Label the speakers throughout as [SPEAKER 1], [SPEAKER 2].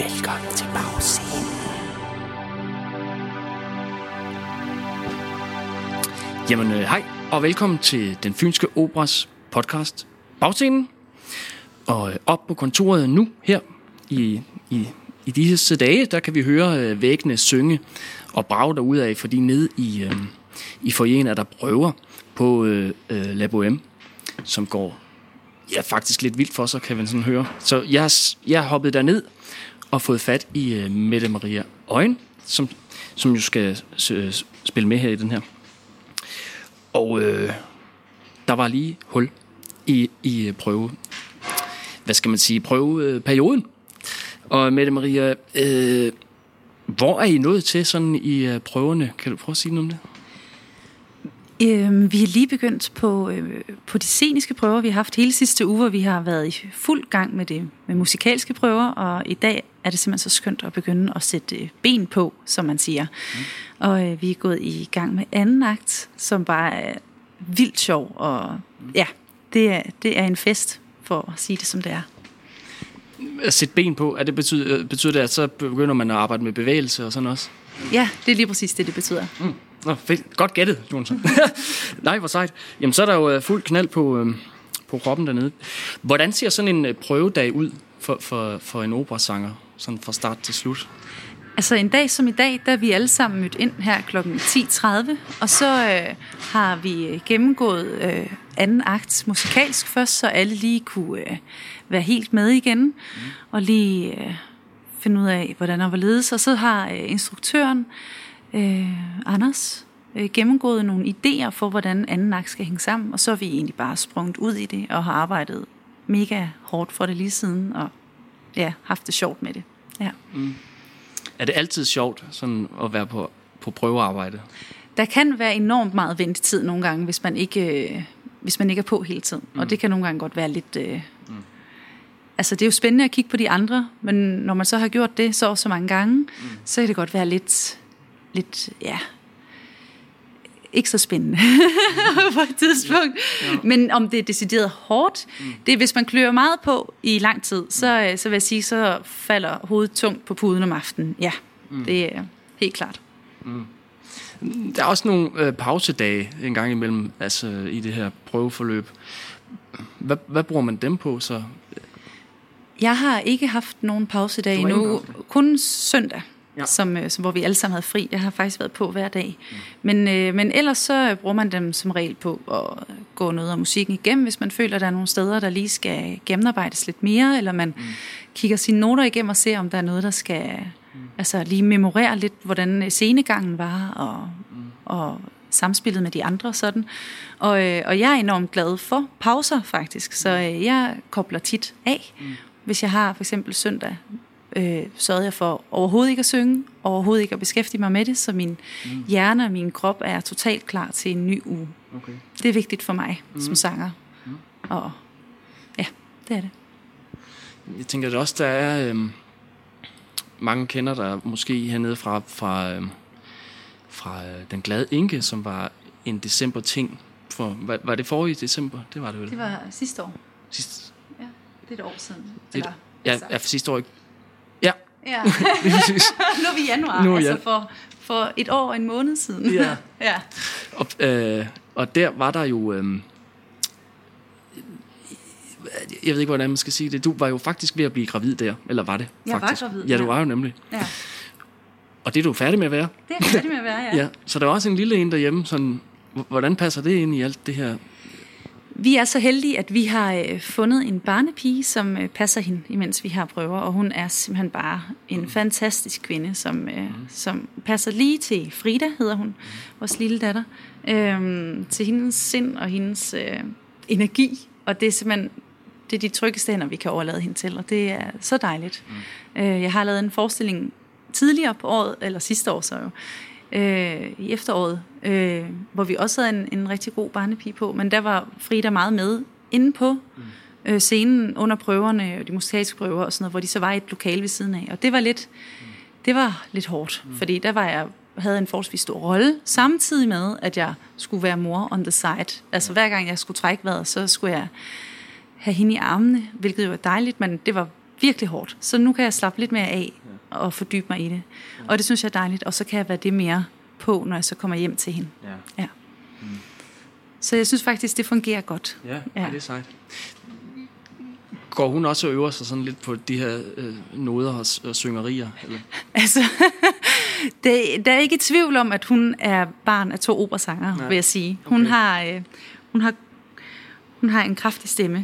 [SPEAKER 1] Velkommen til bagscenen. Jamen, hej og velkommen til Den Fynske Operas podcast Bagscenen. Og op på kontoret nu her i disse dage, der kan vi høre væggene synge og brage derudad, fordi nede i foyeren er der prøver på La Bohème, som går faktisk lidt vildt for sig, kan man sådan høre. Så jeg har hoppet derned og fået fat i Mette Maria Øjen, som jo skal spille med her i den her. Og der var lige hul i prøveperioden. Og Mette Maria, hvor er I nået til sådan i prøverne? Kan du prøve at sige noget om det?
[SPEAKER 2] Vi er lige begyndt på de sceniske prøver. Vi har haft hele sidste uge, hvor vi har været i fuld gang med musikalske prøver, og i dag er det simpelthen så skønt at begynde at sætte ben på, som man siger. Og vi er gået i gang med anden akt, som bare er vildt sjov, og ja, det er en fest, for at sige det som det er.
[SPEAKER 1] At sætte ben på, betyder det, at så begynder man at arbejde med bevægelse og sådan også?
[SPEAKER 2] Ja, det er lige præcis det betyder.
[SPEAKER 1] Nå, fedt. Godt gættet, Jonsson. Nej, hvor sejt. Jamen, så er der jo fuld knald på kroppen dernede. Hvordan ser sådan en prøvedag ud for en operasanger, sådan fra start til slut?
[SPEAKER 2] Altså en dag som i dag, der er vi alle sammen mødt ind her kl. 10.30, og så har vi gennemgået anden akt musikalsk først, så alle lige kunne være helt med igen, og lige finde ud af, hvordan og hvorledes. Og så har instruktøren, Anders, gennemgået nogle idéer for, hvordan anden akt skal hænge sammen, og så er vi egentlig bare sprunget ud i det, og har arbejdet mega hårdt for det lige siden, og ja, haft det sjovt med det. Ja.
[SPEAKER 1] Er det altid sjovt sådan at være på prøvearbejde?
[SPEAKER 2] Der kan være enormt meget ventetid nogle gange, hvis man ikke er på hele tiden, og det kan nogle gange godt være lidt... Altså det er jo spændende at kigge på de andre, men når man så har gjort det så mange gange, så kan det godt være lidt ja, ikke så spændende på et tidspunkt. Ja. Men om det er decideret hårdt, det er, hvis man klør meget på i lang tid, så vil jeg sige, så falder hovedet tungt på puden om aftenen. Ja, det er helt klart.
[SPEAKER 1] Der er også nogle pausedage en gang imellem, altså i det her prøveforløb. Hvad bruger man dem på så?
[SPEAKER 2] Jeg har ikke haft nogen pausedag endnu, kun søndag. Ja. Som hvor vi alle sammen havde fri. Jeg har faktisk været på hver dag. Men ellers så bruger man dem som regel på at gå noget af musikken igennem, hvis man føler, at der er nogle steder, der lige skal gennemarbejdes lidt mere, eller man kigger sine noter igennem og ser, om der er noget, der skal altså lige memorere lidt, hvordan scenegangen var, og samspillet med de andre sådan. Og jeg er enormt glad for pauser faktisk, så jeg kobler tit af. Hvis jeg har for eksempel søndag, sørger jeg for overhovedet ikke at synge, overhovedet ikke at beskæftige mig med det, så min hjerne og min krop er totalt klar til en ny uge. Okay. Det er vigtigt for mig som sanger. Og ja, det er det.
[SPEAKER 1] Jeg tænker at også, der er mange kender der måske hernede fra Den Glade Inke, som var en december-ting. Var det forrige december? Det var det vel?
[SPEAKER 2] Det var sidste år. Ja, det er et år siden.
[SPEAKER 1] Ja, for sidste år ikke. Ja.
[SPEAKER 2] Nu er vi i januar, altså for et år og en måned siden.
[SPEAKER 1] Ja.
[SPEAKER 2] Ja.
[SPEAKER 1] Og der var der jo... jeg ved ikke, hvordan man skal sige det. Du var jo faktisk ved at blive gravid der. Eller var det faktisk?
[SPEAKER 2] Jeg var gravid.
[SPEAKER 1] Ja, du var jo nemlig.
[SPEAKER 2] Ja.
[SPEAKER 1] Og det er du færdig med at være?
[SPEAKER 2] Det er jeg færdig med at være, ja.
[SPEAKER 1] Ja. Så der var også en lille en derhjemme. Sådan, hvordan passer det ind i alt det her?
[SPEAKER 2] Vi er så heldige, at vi har fundet en barnepige, som passer hende, imens vi har prøver, og hun er simpelthen bare en fantastisk kvinde, som passer lige til Frida, hedder hun, vores lille datter, til hendes sind og hendes energi, og det er simpelthen det er de tryggeste hænder, vi kan overlade hende til, og det er så dejligt. Jeg har lavet en forestilling tidligere på året, eller sidste år så jo, i efteråret, hvor vi også havde en rigtig god barnepige på, men der var Frida meget med inde på scenen under prøverne, de musikalske prøver og sådan noget, hvor de så var i et lokale ved siden af, og det var lidt hårdt, fordi der havde en forholdsvis stor rolle, samtidig med, at jeg skulle være mor on the side. Altså hver gang jeg skulle trække vejret, så skulle jeg have hende i armene, hvilket jo var dejligt, men det var virkelig hårdt. Så nu kan jeg slappe lidt mere af og fordybe mig i det. Og det synes jeg er dejligt. Og så kan jeg være det mere på, når jeg så kommer hjem til hende. Ja. Så jeg synes faktisk, det fungerer godt.
[SPEAKER 1] Ja, det er sejt. Går hun også og øver sig sådan lidt på de her noder og syngerier? Eller?
[SPEAKER 2] Altså, der er ikke tvivl om, at hun er barn af 2 operasangere, vil jeg sige. Hun har en kraftig stemme.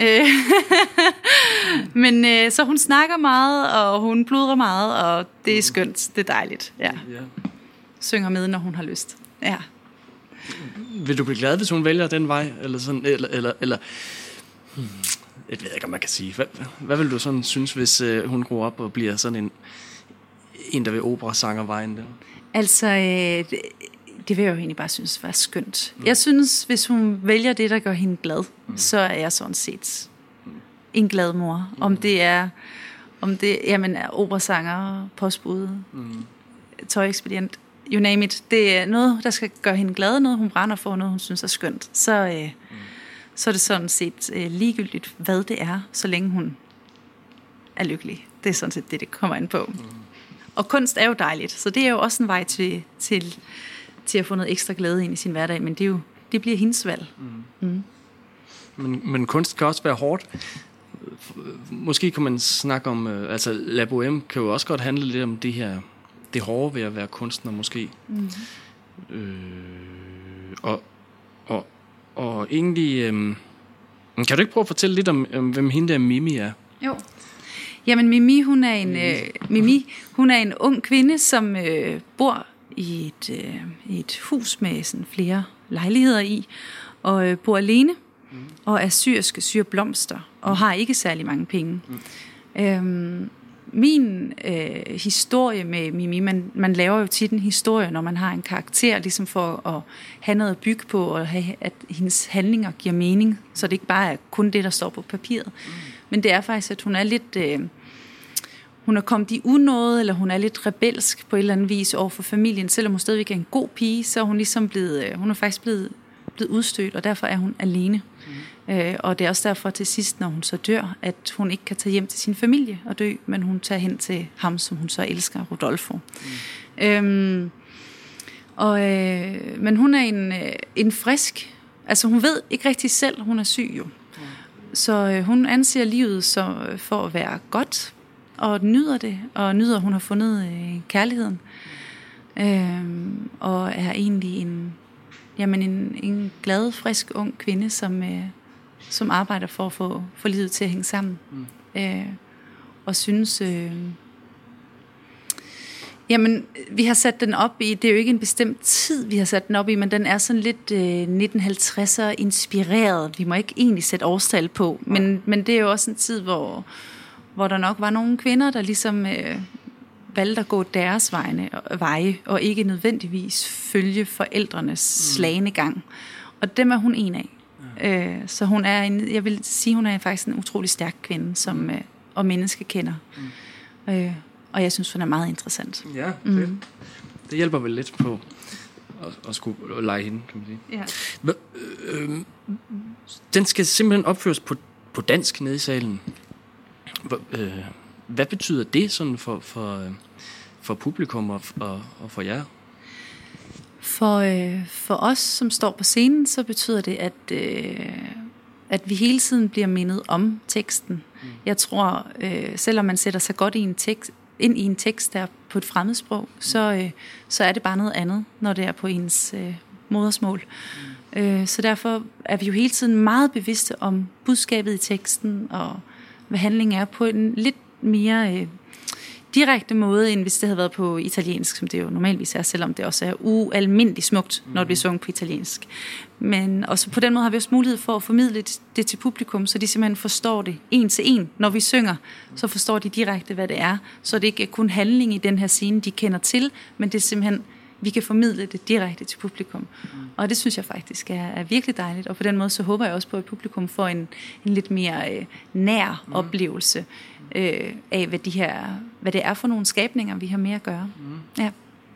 [SPEAKER 2] Men så hun snakker meget, og hun pludrer meget, og det er skønt. Det er dejligt. Ja. Synger med, når hun har lyst. Ja.
[SPEAKER 1] Vil du blive glad, hvis hun vælger den vej? Eller sådan, eller jeg ved ikke, om man kan sige. Hvad vil du sådan synes, hvis hun gror op og bliver sådan en der vil operasangervejen der?
[SPEAKER 2] Altså, det vil jeg jo egentlig bare synes var skønt. Jeg synes, hvis hun vælger det, der gør hende glad, så er jeg sådan set en glad mor. Om det er operasanger, postbud, tøjekspedient, you name it. Det er noget, der skal gøre hende glad, noget hun brænder for, noget hun synes er skønt. Så er det sådan set ligegyldigt, hvad det er, så længe hun er lykkelig. Det er sådan set det kommer ind på. Og kunst er jo dejligt, så det er jo også en vej til at få noget ekstra glæde ind i sin hverdag, men det bliver hendes valg.
[SPEAKER 1] Men kunst kan også være hårdt. Måske kan man snakke om, altså La Bohème kan jo også godt handle lidt om det hårde ved at være kunstner måske. Og egentlig, kan du ikke prøve at fortælle lidt om hvem hende der Mimi er?
[SPEAKER 2] Jo. Jamen Mimi, hun er en ung kvinde, som bor i et hus med sådan flere lejligheder i, og bor alene, og er syr blomster, og har ikke særlig mange penge. Min historie med Mimi, man laver jo tit en historie, når man har en karakter, ligesom for at have noget at bygge på, og at hendes handlinger giver mening, så det ikke bare er kun det, der står på papiret. Men det er faktisk, at hun er lidt... hun er kommet i unåde, eller hun er lidt rebelsk på et eller andet vis over for familien. Selvom hun stadigvæk er en god pige, så er hun ligesom hun er faktisk blevet udstødt, og derfor er hun alene. Og det er også derfor til sidst, når hun så dør, at hun ikke kan tage hjem til sin familie og dø, men hun tager hen til ham, som hun så elsker, Rodolfo. Men hun er en frisk... Altså hun ved ikke rigtig selv, hun er syg jo. Så hun anser livet for at være godt, og nyder det, og nyder, at hun har fundet kærligheden. Og er egentlig en glad, frisk, ung kvinde, som arbejder for at få livet til at hænge sammen. Og synes... vi har sat den op i, det er jo ikke en bestemt tid, vi har sat den op i, men den er sådan lidt 1950'er inspireret. Vi må ikke egentlig sætte årstal på, men det er jo også en tid, hvor der nok var nogle kvinder, der ligesom valgte at gå deres veje, og ikke nødvendigvis følge forældrenes slagne gang. Og dem er hun en af. Så hun er jeg vil sige, hun er faktisk en utrolig stærk kvinde, og menneskekender. Og jeg synes, hun er meget interessant.
[SPEAKER 1] Ja, fedt. Det hjælper vel lidt på at skulle lege hende, kan man sige. Ja. Den skal simpelthen opføres på dansk nede i salen. Hvad betyder det sådan for publikum og for jer?
[SPEAKER 2] For os, som står på scenen, så betyder det, at vi hele tiden bliver mindet om teksten. Jeg tror, selvom man sætter sig godt ind i en tekst, der er på et fremmedsprog, så er det bare noget andet, når det er på ens modersmål. Så derfor er vi jo hele tiden meget bevidste om budskabet i teksten, og hvad handlingen er på en lidt mere direkte måde, end hvis det havde været på italiensk, som det jo normalvis er, selvom det også er ualmindeligt smukt, når det bliver sunget på italiensk. Men også på den måde har vi også mulighed for at formidle det til publikum, så de simpelthen forstår det en til en. Når vi synger, så forstår de direkte, hvad det er. Så det ikke er kun handling i den her scene, de kender til, men det er simpelthen, vi kan formidle det direkte til publikum. Og det synes jeg faktisk er virkelig dejligt. Og på den måde så håber jeg også på, at publikum får en lidt mere nær oplevelse af, hvad det er for nogle skabninger, vi har med at gøre. Ja.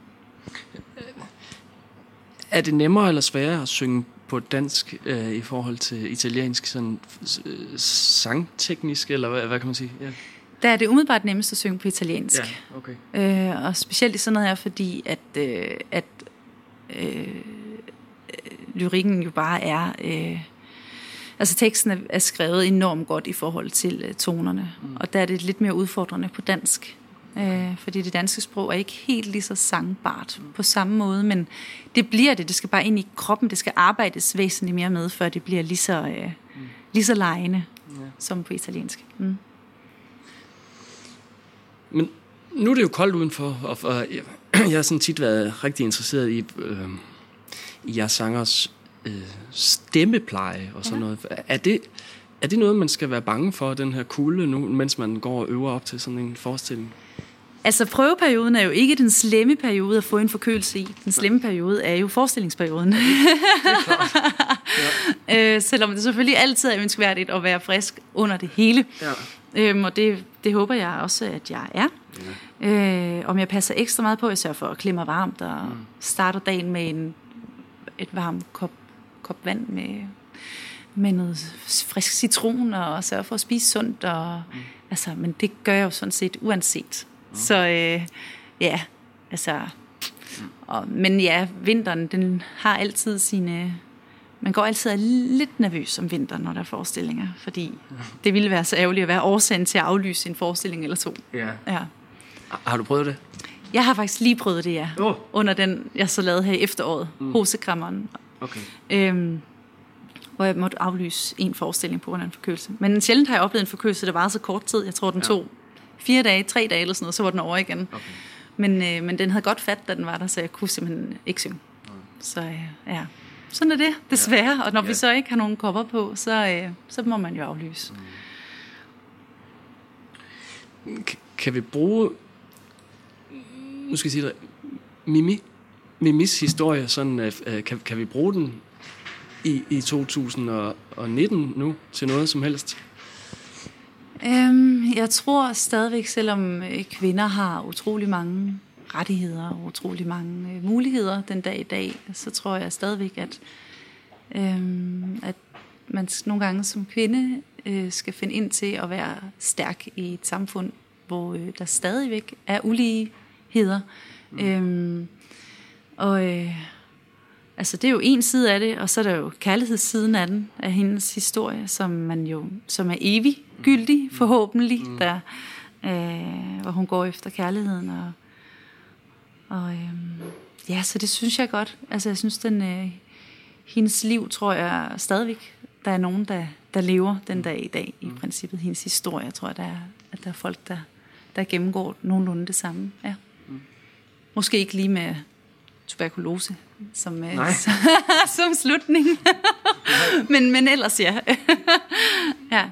[SPEAKER 1] Er det nemmere eller sværere at synge på dansk i forhold til italiensk, sådan sangteknisk, eller hvad kan man sige? Ja.
[SPEAKER 2] Der er det umiddelbart nemmest at synge på italiensk.
[SPEAKER 1] Ja, okay.
[SPEAKER 2] Og specielt i sådan noget her, fordi at lyrikken jo bare er... altså teksten er skrevet enormt godt i forhold til tonerne. Og der er det lidt mere udfordrende på dansk. Fordi det danske sprog er ikke helt lige så sangbart på samme måde, men det bliver det. Det skal bare ind i kroppen. Det skal arbejdes væsentligt mere med, før det bliver lige så legende som på italiensk.
[SPEAKER 1] Men nu er det jo koldt udenfor, og jeg har sådan tit været rigtig interesseret i jeres sangers stemmepleje og sådan noget. Er det noget, man skal være bange for, den her kulde nu, mens man går og øver op til sådan en forestilling?
[SPEAKER 2] Altså prøveperioden er jo ikke den slemme periode at få en forkølelse i. Den slemme periode er jo forestillingsperioden. Selvom det selvfølgelig altid er ønskværdigt at være frisk under det hele. Ja. Og det håber jeg også, at jeg er. Ja. Om jeg passer ekstra meget på, at jeg sørger for at klemme mig varmt og starter dagen med et varmt kop vand med noget frisk citron og sørge for at spise sundt. Altså, men det gør jeg jo sådan set uanset. Så ja, altså... men ja, vinteren, den har altid sine... Man går altid lidt nervøs om vinteren, når der er forestillinger, fordi det ville være så ærgerligt at være årsagen til at aflyse en forestilling eller to. Ja.
[SPEAKER 1] Har du prøvet det?
[SPEAKER 2] Jeg har faktisk lige prøvet det, ja. Under den, jeg så lavede her i efteråret, Hosekrammeren. Okay. Hvor jeg måtte aflyse en forestilling på grund af en forkølelse. Men sjældent har jeg oplevet en forkølelse, der var så kort tid. Jeg tror, den tog 4 dage, 3 dage eller sådan noget, så var den over igen. Okay. Men den havde godt fat, da den var der, så jeg kunne simpelthen ikke synge. Så ja, sådan er det, desværre. Og når vi så ikke har nogen cover på, så må man jo aflyse.
[SPEAKER 1] Kan vi bruge... Nu skal jeg sige det. Mimis historie, sådan, kan vi bruge den i 2019 nu til noget som helst?
[SPEAKER 2] Jeg tror stadigvæk, selvom kvinder har utrolig mange rettigheder og utrolig mange muligheder den dag i dag, så tror jeg stadigvæk, at man nogle gange som kvinde skal finde ind til at være stærk i et samfund, hvor der stadigvæk er uligheder. Altså det er jo en side af det, og så er der jo kærlighedssiden af den, af hendes historie, som er evig gyldig, forhåbentlig, hvor hun går efter kærligheden. Så det synes jeg godt. Altså jeg synes, hendes liv, tror jeg stadigvæk, der er nogen, der lever den dag i dag, i princippet. Hendes historie, jeg tror, at der er folk, der gennemgår nogenlunde det samme. Ja. Måske ikke lige med tuberkulose som slutning. men ellers ja. Ja.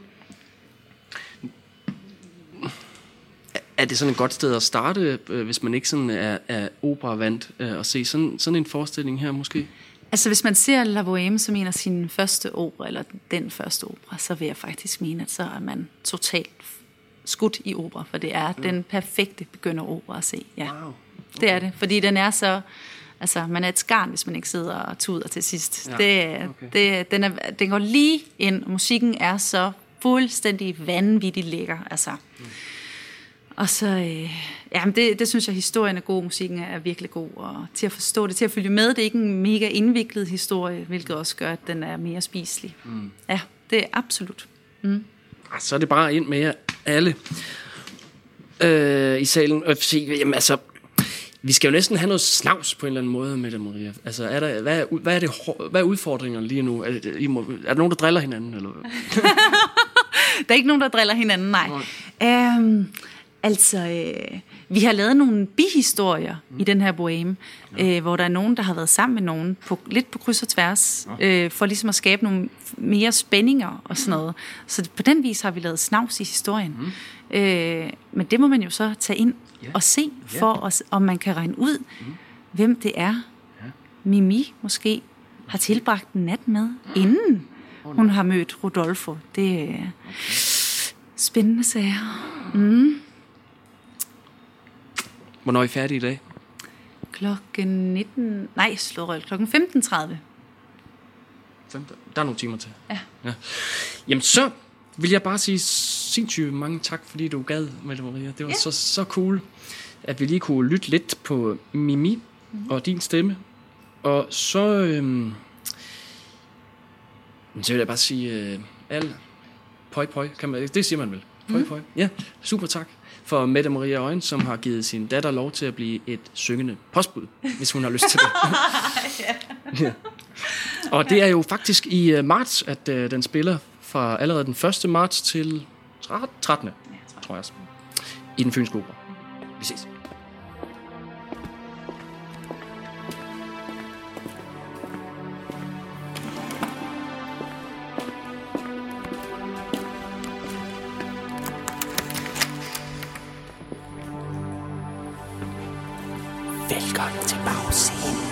[SPEAKER 1] Er det sådan et godt sted at starte, hvis man ikke sådan er operavant, at se sådan en forestilling her måske?
[SPEAKER 2] Altså hvis man ser La Bohème som en af sine første opera, eller den første opera, så vil jeg faktisk mene, at så er man totalt skudt i opera, for det er den perfekte begynderopera at se. Ja. Wow. Okay. Det er det, fordi den er så... Altså, man er et skarn, hvis man ikke sidder og tuder til sidst. Ja, den går lige ind, og musikken er så fuldstændig vanvittigt lækker. Altså. Og så... det synes jeg, historien er god, musikken er virkelig god, og til at forstå det, til at følge med. Det er ikke en mega indviklet historie, hvilket også gør, at den er mere spiselig. Ja, det er absolut.
[SPEAKER 1] Så er det bare ind med jer alle i salen. Jamen altså... Vi skal jo næsten have noget snavs på en eller anden måde, Mette Maria. Altså, hvad er udfordringerne lige nu? Er der nogen, der driller hinanden? Eller?
[SPEAKER 2] Der er ikke nogen, der driller hinanden, nej. Vi har lavet nogle bihistorier i den her Bohème, hvor der er nogen, der har været sammen med nogen, lidt på kryds og tværs, for ligesom at skabe nogle mere spændinger og sådan noget. Så på den vis har vi lavet snavs i historien. Men det må man jo så tage ind og se, for om man kan regne ud, hvem det er, Mimi måske har tilbragt en nat med, inden hun har mødt Rodolfo. Det er spændende sager.
[SPEAKER 1] Hvornår er I færdige i dag?
[SPEAKER 2] Klokken 15.30.
[SPEAKER 1] Der er nogle timer til. Ja. Jamen så vil jeg bare sige sindssygt mange tak, fordi du gad, Mette Maria. Det var så cool, at vi lige kunne lytte lidt på Mimi og din stemme. Og så vil jeg bare sige, pøj, det siger man vel. Pøj. Ja, super tak for Mette Maria Øjen, som har givet sin datter lov til at blive et syngende postbud, hvis hun har lyst til det. Ja. Og det er jo faktisk i marts, at den spiller fra allerede den 1. marts til 13. tror jeg, i den Fynske Opera. Vi ses.
[SPEAKER 3] Velkommen til bagscenen.